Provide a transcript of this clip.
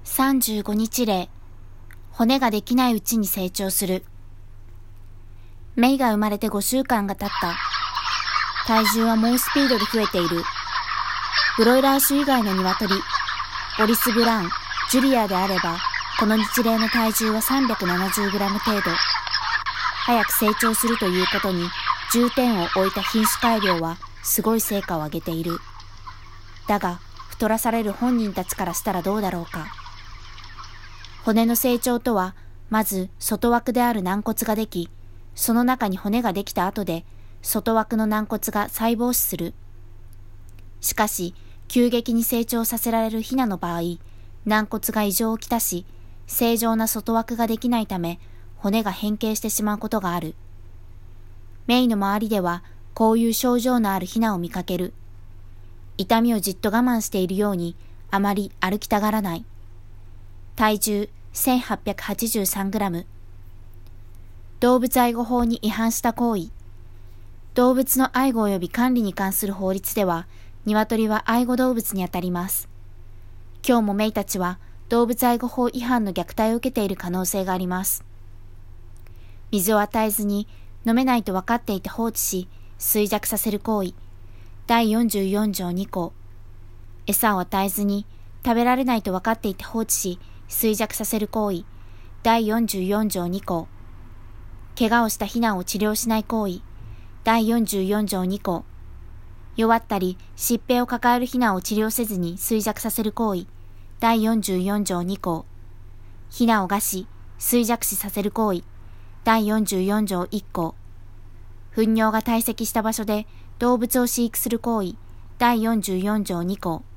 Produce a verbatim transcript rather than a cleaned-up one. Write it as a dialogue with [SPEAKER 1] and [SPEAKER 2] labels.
[SPEAKER 1] さんじゅうごにち例、骨ができないうちに成長する。メイが生まれてごしゅうかんが経った。体重は猛スピードで増えている。ブロイラー種以外の鶏、ボリス・ブラウン、ジュリアであれば、この日例の体重は さんびゃくななじゅうグラム 程度。早く成長するということに重点を置いた品種改良はすごい成果を上げている。だが、太らされる本人たちからしたらどうだろうか。骨の成長とは、まず外枠である軟骨ができ、その中に骨ができた後で、外枠の軟骨が細胞死する。しかし、急激に成長させられるヒナの場合、軟骨が異常をきたし、正常な外枠ができないため、骨が変形してしまうことがある。メイの周りでは、こういう症状のあるヒナを見かける。痛みをじっと我慢しているように、あまり歩きたがらない。体重 せんはっぴゃくはちじゅうさんグラム。動物愛護法に違反した行為。動物の愛護及び管理に関する法律では、鶏は愛護動物にあたります。今日もメイたちは動物愛護法違反の虐待を受けている可能性があります。水を与えずに飲めないと分かっていて放置し、衰弱させる行為。だいよんじゅうよん条に項。餌を与えずに食べられないと分かっていて放置し、衰弱させる行為。だいよんじゅうよん条に項。怪我をしたヒナを治療しない行為。だいよんじゅうよん条に項。弱ったり疾病を抱えるヒナを治療せずに衰弱させる行為。だいよんじゅうよん条に項。ヒナを餓死、衰弱死させる行為。だいよんじゅうよん条いっ項。糞尿が堆積した場所で動物を飼育する行為。だいよんじゅうよん条に項。